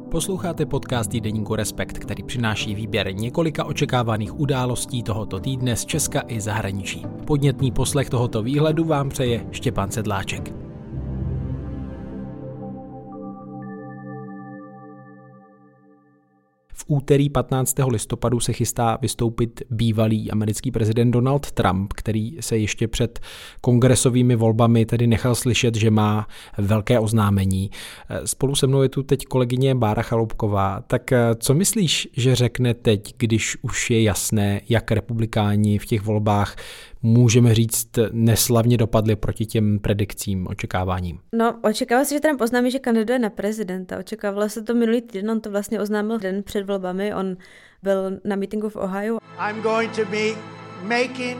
Posloucháte podcast týdeníku Respekt, který přináší výběr několika očekávaných událostí tohoto týdne z Česka i zahraničí. Podnětný poslech tohoto výhledu vám přeje Štěpán Sedláček. V úterý 15. listopadu se chystá vystoupit bývalý americký prezident Donald Trump, který se ještě před kongresovými volbami tedy nechal slyšet, že má velké oznámení. Spolu se mnou je tu teď kolegyně Bára Chaloupková. Tak co myslíš, že řekne teď, když už je jasné, jak republikáni v těch volbách, můžeme říct, neslavně dopadli proti těm predikcím, očekáváním? No, očekávalo se, že Trump oznámí, že kandiduje na prezidenta. Očekávalo se to minulý týden, on to vlastně oznámil den před volbami, on byl na meetingu v Ohio. I'm going to be making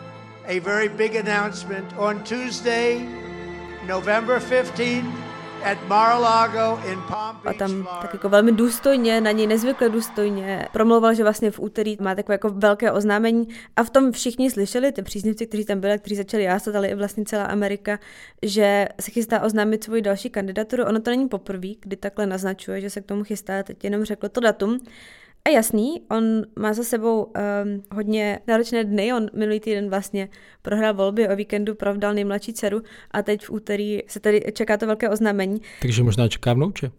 a very big announcement on Tuesday, November 15th. At Mar-a-Lago in Palm Beach, a tam tak jako velmi důstojně, na něj nezvykle důstojně promlouval, že vlastně v úterý má takové jako velké oznámení a v tom všichni slyšeli, ty příznivci, kteří tam byli, kteří začali jásat, ale i vlastně celá Amerika, že se chystá oznámit svoji další kandidaturu. Ono to není poprvé, kdy takhle naznačuje, že se k tomu chystá, teď jenom řekl to datum. A jasný, on má za sebou hodně náročné dny, on minulý týden vlastně prohrál volby, o víkendu provdal nejmladší dceru a teď v úterý se tady čeká to velké oznámení. Takže možná čeká vnouče.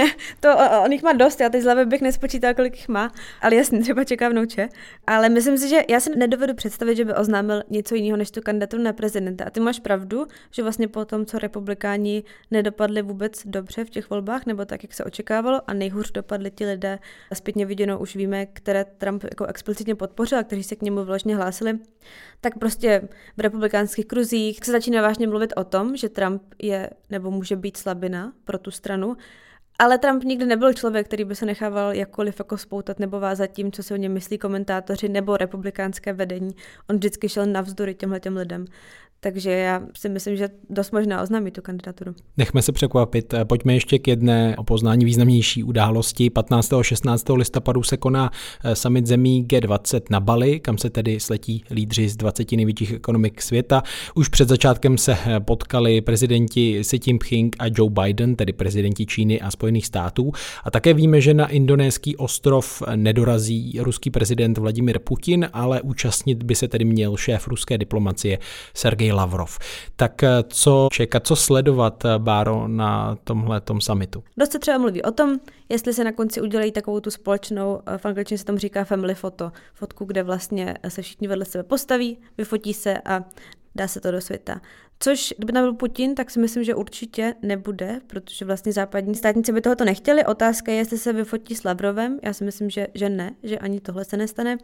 On jich má dost, já teď z hlavy bych nespočítala, kolik jich má, ale jasně, třeba čeká vnouče. Ale myslím si, že já si nedovedu představit, že by oznámil něco jiného než tu kandidaturu na prezidenta. A ty máš pravdu, že vlastně po tom, co republikáni nedopadli vůbec dobře v těch volbách, nebo tak, jak se očekávalo, a nejhůř dopadli ti lidé, zpětně viděno už víme, které Trump jako explicitně podpořil a kteří se k němu vyloženě hlásili, tak prostě v republikánských kruzích se začíná vážně mluvit o tom, že Trump je nebo může být slabina pro tu stranu, ale Trump nikdy nebyl člověk, který by se nechával jakkoliv jako spoutat nebo vázat tím, co si o něm myslí komentátoři nebo republikánské vedení. On vždycky šel navzdory těmhletěm lidem. Takže já si myslím, že dost možná oznámí tu kandidaturu. Nechme se překvapit. Pojďme ještě k jedné o poznání významnější události. 15. a 16. listopadu se koná summit zemí G20 na Bali, kam se tedy sletí lídři z 20 největších ekonomik světa. Už před začátkem se potkali prezidenti Xi Jinping a Joe Biden, tedy prezidenti Číny a Spojených států. A také víme, že na indonéský ostrov nedorazí ruský prezident Vladimir Putin, ale účastnit by se tedy měl šéf ruské diplomacie Sergej Lavrov. Tak co čekat, co sledovat, Báro, na tomhletom summitu? Dost se třeba mluví o tom, jestli se na konci udělají takovou tu společnou, v angličtině se tomu říká family photo, fotku, kde vlastně se všichni vedle sebe postaví, vyfotí se a dá se to do světa. Což, kdyby tam byl Putin, tak si myslím, že určitě nebude, protože vlastně západní státníci by tohoto nechtěli. Otázka je, jestli se vyfotí s Lavrovem. Já si myslím, že ne, že ani tohle se nestane.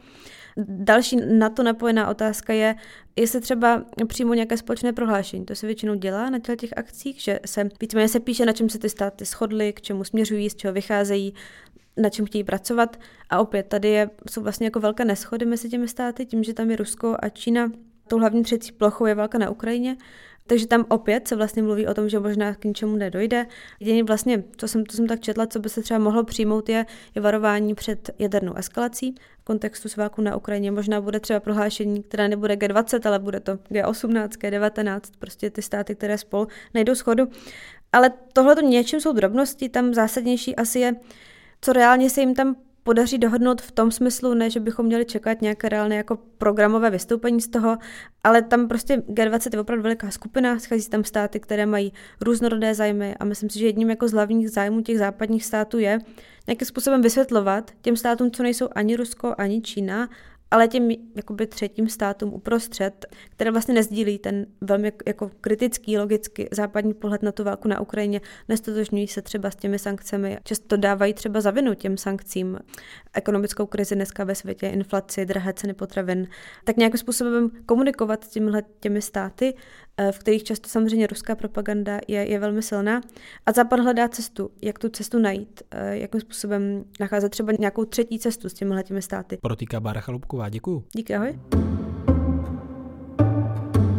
Další na to napojená otázka je, jestli třeba přijmou nějaké společné prohlášení. To se většinou dělá na těch akcích, že se víceméně se píše, na čem se ty státy shodly, k čemu směřují, z čeho vycházejí, na čem chtějí pracovat. A opět tady jsou vlastně jako velké neshody mezi těmi státy, tím, že tam je Rusko a Čína. Tou hlavní třecí plochou je válka na Ukrajině. Takže tam opět se vlastně mluví o tom, že možná k ničemu nedojde. Jedině vlastně, to jsem tak četla, co by se třeba mohlo přijmout, je varování před jadernou eskalací. V kontextu s válkou na Ukrajině možná bude třeba prohlášení, která nebude G20, ale bude to G18, G19, prostě ty státy, které spolu najdou shodu. Ale tohleto něčím jsou drobnosti, tam zásadnější asi je, co reálně se jim tam podaří dohodnout v tom smyslu, ne, že bychom měli čekat nějaké reálné jako programové vystoupení z toho, ale tam prostě G20 je opravdu veliká skupina, schází tam státy, které mají různorodé zájmy a myslím si, že jedním jako z hlavních zájmů těch západních států je nějakým způsobem vysvětlovat těm státům, co nejsou ani Rusko, ani Čína, ale těm jakoby třetím státům uprostřed, které vlastně nezdílí ten velmi jako kritický, logicky západní pohled na tu válku na Ukrajině, nestotožňují se třeba s těmi sankcemi, často dávají třeba za vinu těm sankcím, ekonomickou krizi dneska ve světě, inflaci, drahé ceny potravin, tak nějakým způsobem komunikovat s těmi státy, v kterých často samozřejmě ruská propaganda je velmi silná. A Západ hledá cestu, jak tu cestu najít, jakým způsobem nacházet třeba nějakou třetí cestu s těmi státy. Protýká Bára Chaloupková, děkuju. Díky, ahoj.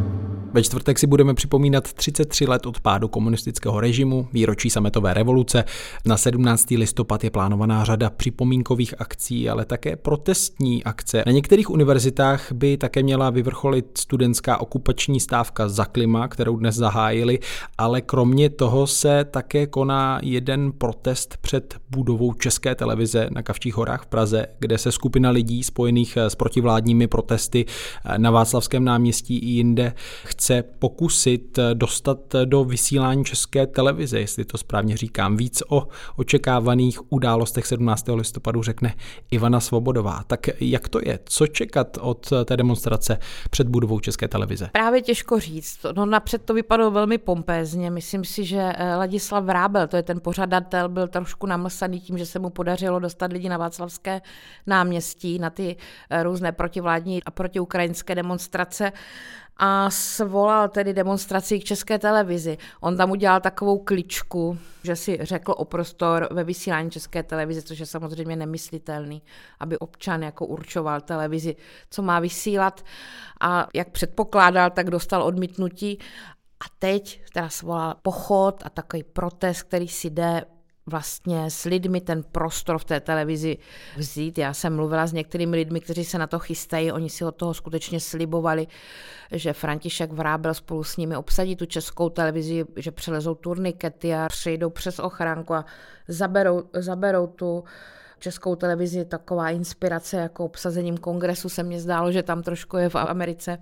Ve čtvrtek si budeme připomínat 33 let od pádu komunistického režimu, výročí sametové revoluce. Na 17. listopad je plánovaná řada připomínkových akcí, ale také protestní akce. Na některých univerzitách by také měla vyvrcholit studentská okupační stávka za klima, kterou dnes zahájili, ale kromě toho se také koná jeden protest před budovou České televize na Kavčích horách v Praze, kde se skupina lidí spojených s protivládními protesty na Václavském náměstí i jinde chce pokusit dostat do vysílání České televize, jestli to správně říkám. Víc o očekávaných událostech 17. listopadu řekne Ivana Svobodová. Tak jak to je? Co čekat od té demonstrace před budovou České televize? Právě těžko říct. No napřed to vypadalo velmi pompézně. Myslím si, že Ladislav Vrábel, to je ten pořadatel, byl trošku namlsaný tím, že se mu podařilo dostat lidi na Václavské náměstí, na ty různé protivládní a protiukrajinské demonstrace a svolal tedy demonstraci k České televizi. On tam udělal takovou kličku, že si řekl o prostor ve vysílání České televize, což je samozřejmě nemyslitelný, aby občan jako určoval televizi, co má vysílat, a jak předpokládal, tak dostal odmítnutí a teď teda svolal pochod a takový protest, který si jde vlastně s lidmi ten prostor v té televizi vzít. Já jsem mluvila s některými lidmi, kteří se na to chystají, oni si od toho skutečně slibovali, že František Vrábel spolu s nimi obsadí tu Českou televizi, že přelezou turnikety a přejdou přes ochránku a zaberou tu Českou televizi. Taková inspirace jako obsazením kongresu se mně zdálo, že tam trošku je v Americe.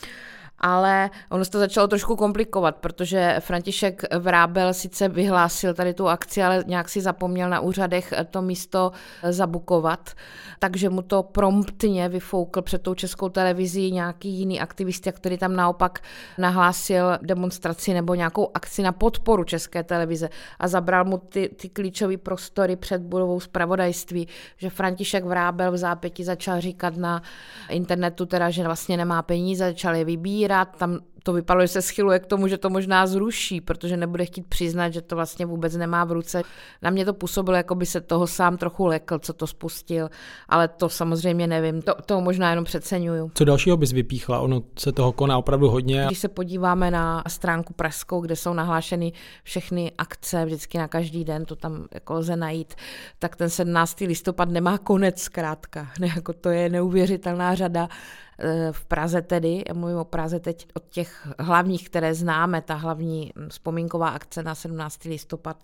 Ale ono se to začalo trošku komplikovat, protože František Vrábel sice vyhlásil tady tu akci, ale nějak si zapomněl na úřadech to místo zabukovat, takže mu to promptně vyfoukl před tou Českou televizí nějaký jiný aktivista, který tam naopak nahlásil demonstraci nebo nějakou akci na podporu České televize a zabral mu ty klíčové prostory před budovou zpravodajství, že František Vrábel v zápěti začal říkat na internetu teda, že vlastně nemá peníze, začal je vybírat. Tam to vypadalo, že se schyluje k tomu, že to možná zruší, protože nebude chtít přiznat, že to vlastně vůbec nemá v ruce. Na mě to působilo, jako by se toho sám trochu lekl, co to spustil, ale to samozřejmě nevím, to možná jenom přeceňuju. Co dalšího bys vypíchla? Ono se toho koná opravdu hodně. Když se podíváme na stránku pražskou, kde jsou nahlášeny všechny akce, vždycky na každý den, to tam jako lze najít, tak ten 17. listopad nemá konec zkrátka. Jako to je neuvěřitelná řada. V Praze tedy, já mluvím o Praze teď od těch hlavních, které známe, ta hlavní vzpomínková akce na 17. listopad,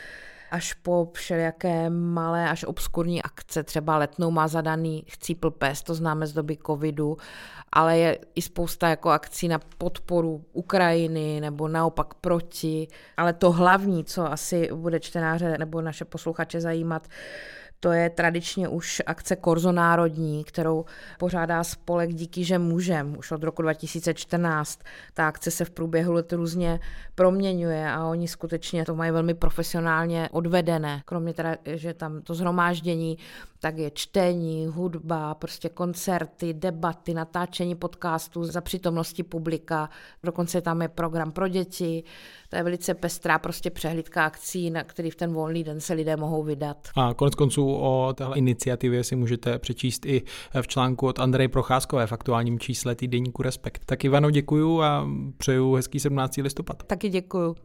až po všelijaké malé až obskurní akce, třeba Letnou má zadaný Chcípl pes, to známe z doby covidu, ale je i spousta jako akcí na podporu Ukrajiny nebo naopak proti, ale to hlavní, co asi bude čtenáře nebo naše posluchače zajímat, to je tradičně už akce Korzo národní, kterou pořádá spolek Díky, že můžem, už od roku 2014. Ta akce se v průběhu let různě proměňuje a oni skutečně to mají velmi profesionálně odvedené. Kromě teda, že tam to shromáždění, tak je čtení, hudba, prostě koncerty, debaty, natáčení podcastů za přítomnosti publika. Dokonce tam je program pro děti. To je velice pestrá prostě přehlídka akcí, na který v ten volný den se lidé mohou vydat. A konec konců o téhle iniciativě si můžete přečíst i v článku od Andreje Procházkové v aktuálním čísle týdeníku Respekt. Tak Ivano, děkuju a přeju hezký 17. listopad. Taky děkuju.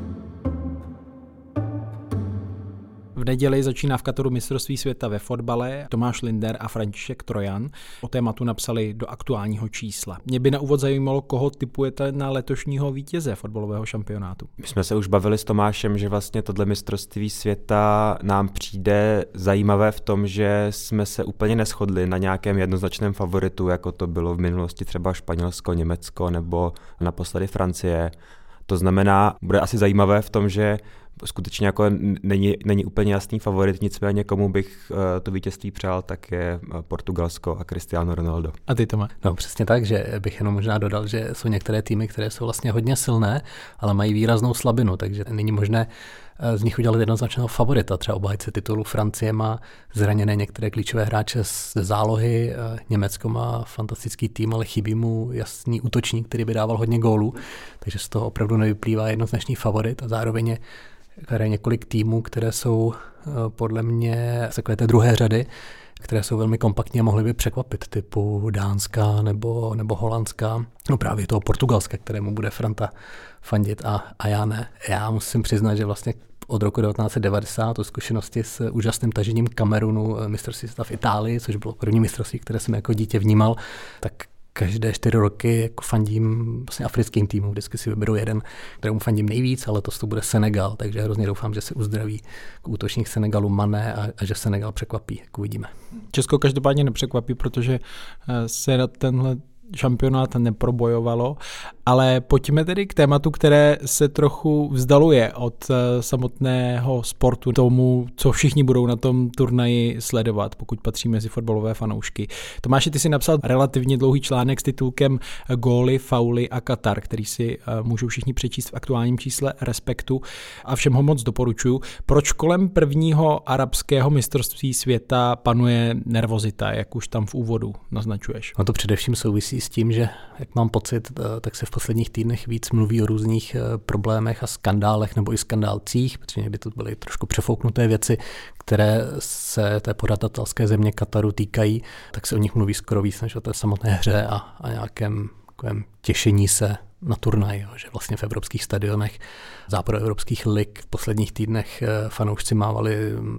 V neděli začíná v Kataru mistrovství světa ve fotbale. Tomáš Linder a František Trojan o tématu napsali do aktuálního čísla. Mě by na úvod zajímalo, koho tipujete na letošního vítěze fotbalového šampionátu. My jsme se už bavili s Tomášem, že vlastně tohle mistrovství světa nám přijde zajímavé v tom, že jsme se úplně neshodli na nějakém jednoznačném favoritu, jako to bylo v minulosti třeba Španělsko, Německo nebo naposledy Francie. To znamená, bude asi zajímavé v tom, že skutečně jako není úplně jasný favorit, nicméně komu bych to vítězství přál, tak je Portugalsko a Cristiano Ronaldo. A ty, Tome? No přesně tak, že bych jenom možná dodal, že jsou některé týmy, které jsou vlastně hodně silné, ale mají výraznou slabinu, takže není možné z nich udělat jednoznačného favorita. Třeba obhájce titulu Francie má zraněné některé klíčové hráče ze zálohy, Německo má fantastický tým, ale chybí mu jasný útočník, který by dával hodně gólů, takže z toho opravdu nevyplývá jednoznačný favorit a zároveň je několik týmů, které jsou podle mě takové té druhé řady, které jsou velmi kompaktní a mohly by překvapit, typu Dánska nebo Holandska, no právě toho Portugalska, kterému bude Franta fandit a já ne. Já musím přiznat, že vlastně od roku 1990 o zkušenosti s úžasným tažením Kamerunu mistrovství světa v Itálii, což bylo první mistrovství, které jsem jako dítě vnímal, tak každé 4 roky jako fandím vlastně africkým týmům. Vždycky si vyberu jeden, kterému fandím nejvíc, ale to bude Senegal, takže hrozně doufám, že se uzdraví útočník Senegalu Mané a že Senegal překvapí, jak uvidíme. Česko každopádně nepřekvapí, protože se na tenhle šampionát neprobojovalo, ale pojďme tedy k tématu, které se trochu vzdaluje od samotného sportu, tomu, co všichni budou na tom turnaji sledovat, pokud patří mezi fotbalové fanoušky. Tomáši, ty si napsal relativně dlouhý článek s titulkem Góly, fauly a Katar, který si můžou všichni přečíst v aktuálním čísle Respektu a všem ho moc doporučuju. Proč kolem prvního arabského mistrovství světa panuje nervozita, jak už tam v úvodu naznačuješ? No to především souvisí s tím, že jak mám pocit, tak se v posledních týdnech víc mluví o různých problémech a skandálech nebo i skandálcích, protože někdy to byly trošku přefouknuté věci, které se té pořadatelské země Kataru týkají, tak se o nich mluví skoro víc než o té samotné hře a nějakém takovém těšení se na turnaj, že vlastně v evropských stadionech západoevropských lig v posledních týdnech fanoušci mávali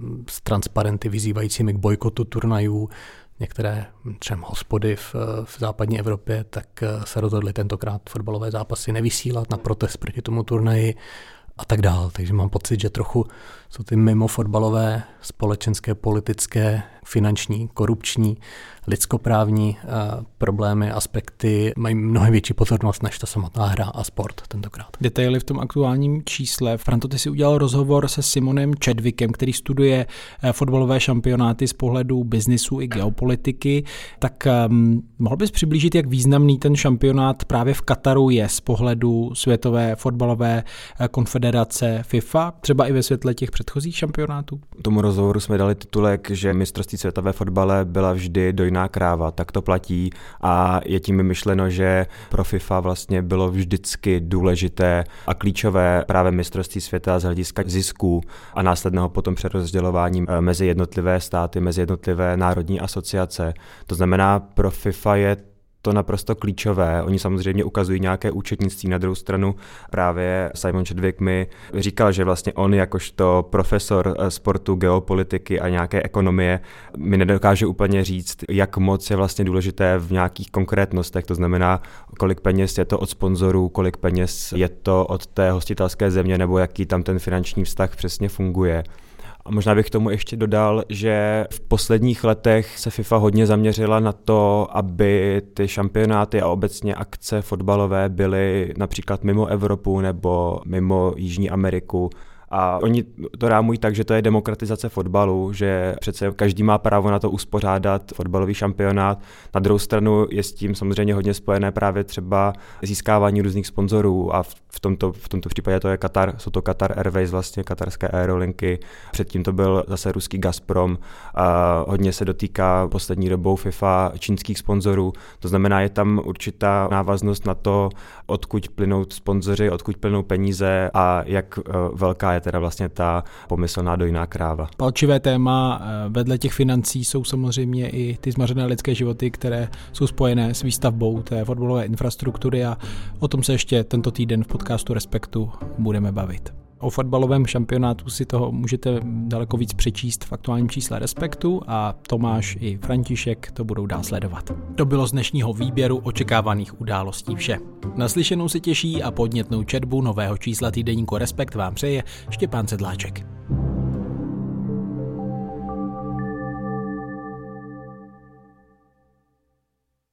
s transparenty vyzývajícími k bojkotu turnajů. Některé třeba hospody v západní Evropě tak se rozhodly tentokrát fotbalové zápasy nevysílat na protest proti tomu turnaji a tak dál. Takže mám pocit, že trochu jsou ty mimo fotbalové, společenské, politické, finanční, korupční, lidskoprávní problémy, aspekty mají mnohem větší pozornost než ta samotná hra a sport tentokrát. Detaily v tom aktuálním čísle. Franto, ty si udělal rozhovor se Simonem Chadwickem, který studuje fotbalové šampionáty z pohledu biznisu i geopolitiky. Tak mohl bys přiblížit, jak významný ten šampionát právě v Kataru je z pohledu Světové fotbalové konfederace FIFA, třeba i ve světle těch předchozích šampionátů? Tomu rozhovoru jsme dali titulek, že mistrovství světa ve fotbale byla vždy dojná kráva, tak to platí a je tím myšleno, že pro FIFA vlastně bylo vždycky důležité a klíčové právě mistrovství světa z hlediska zisků a následného potom přerozdělování mezi jednotlivé státy, mezi jednotlivé národní asociace. To znamená, pro FIFA je to naprosto klíčové. Oni samozřejmě ukazují nějaké účetnictví. Na druhou stranu právě Simon Chadwick mi říkal, že vlastně on jakožto profesor sportu, geopolitiky a nějaké ekonomie mi nedokáže úplně říct, jak moc je vlastně důležité v nějakých konkrétnostech. To znamená, kolik peněz je to od sponzorů, kolik peněz je to od té hostitelské země nebo jaký tam ten finanční vztah přesně funguje. A možná bych k tomu ještě dodal, že v posledních letech se FIFA hodně zaměřila na to, aby ty šampionáty a obecně akce fotbalové byly například mimo Evropu nebo mimo Jižní Ameriku. A oni to rámují tak, že to je demokratizace fotbalu, že přece každý má právo na to uspořádat fotbalový šampionát. Na druhou stranu je s tím samozřejmě hodně spojené právě třeba získávání různých sponzorů a v tomto případě to je Qatar, jsou to Qatar Airways, vlastně katarské aerolinky. Předtím to byl zase ruský Gazprom. A hodně se dotýká poslední dobou FIFA čínských sponzorů. To znamená, je tam určitá návaznost na to, odkud plynou sponzoři, odkud plynou peníze a jak velká je teda vlastně ta pomyslná dojná kráva. Palčivé téma vedle těch financí jsou samozřejmě i ty zmařené lidské životy, které jsou spojené s výstavbou té fotbalové infrastruktury a o tom se ještě tento týden v podcastu Respektu budeme bavit. O fotbalovém šampionátu si toho můžete daleko víc přečíst v aktuálním čísle Respektu a Tomáš i František to budou dál sledovat. To bylo z dnešního výběru očekávaných událostí vše. Naslyšenou se těší a podnětnou četbu nového čísla týdeníku Respekt vám přeje Štěpán Sedláček.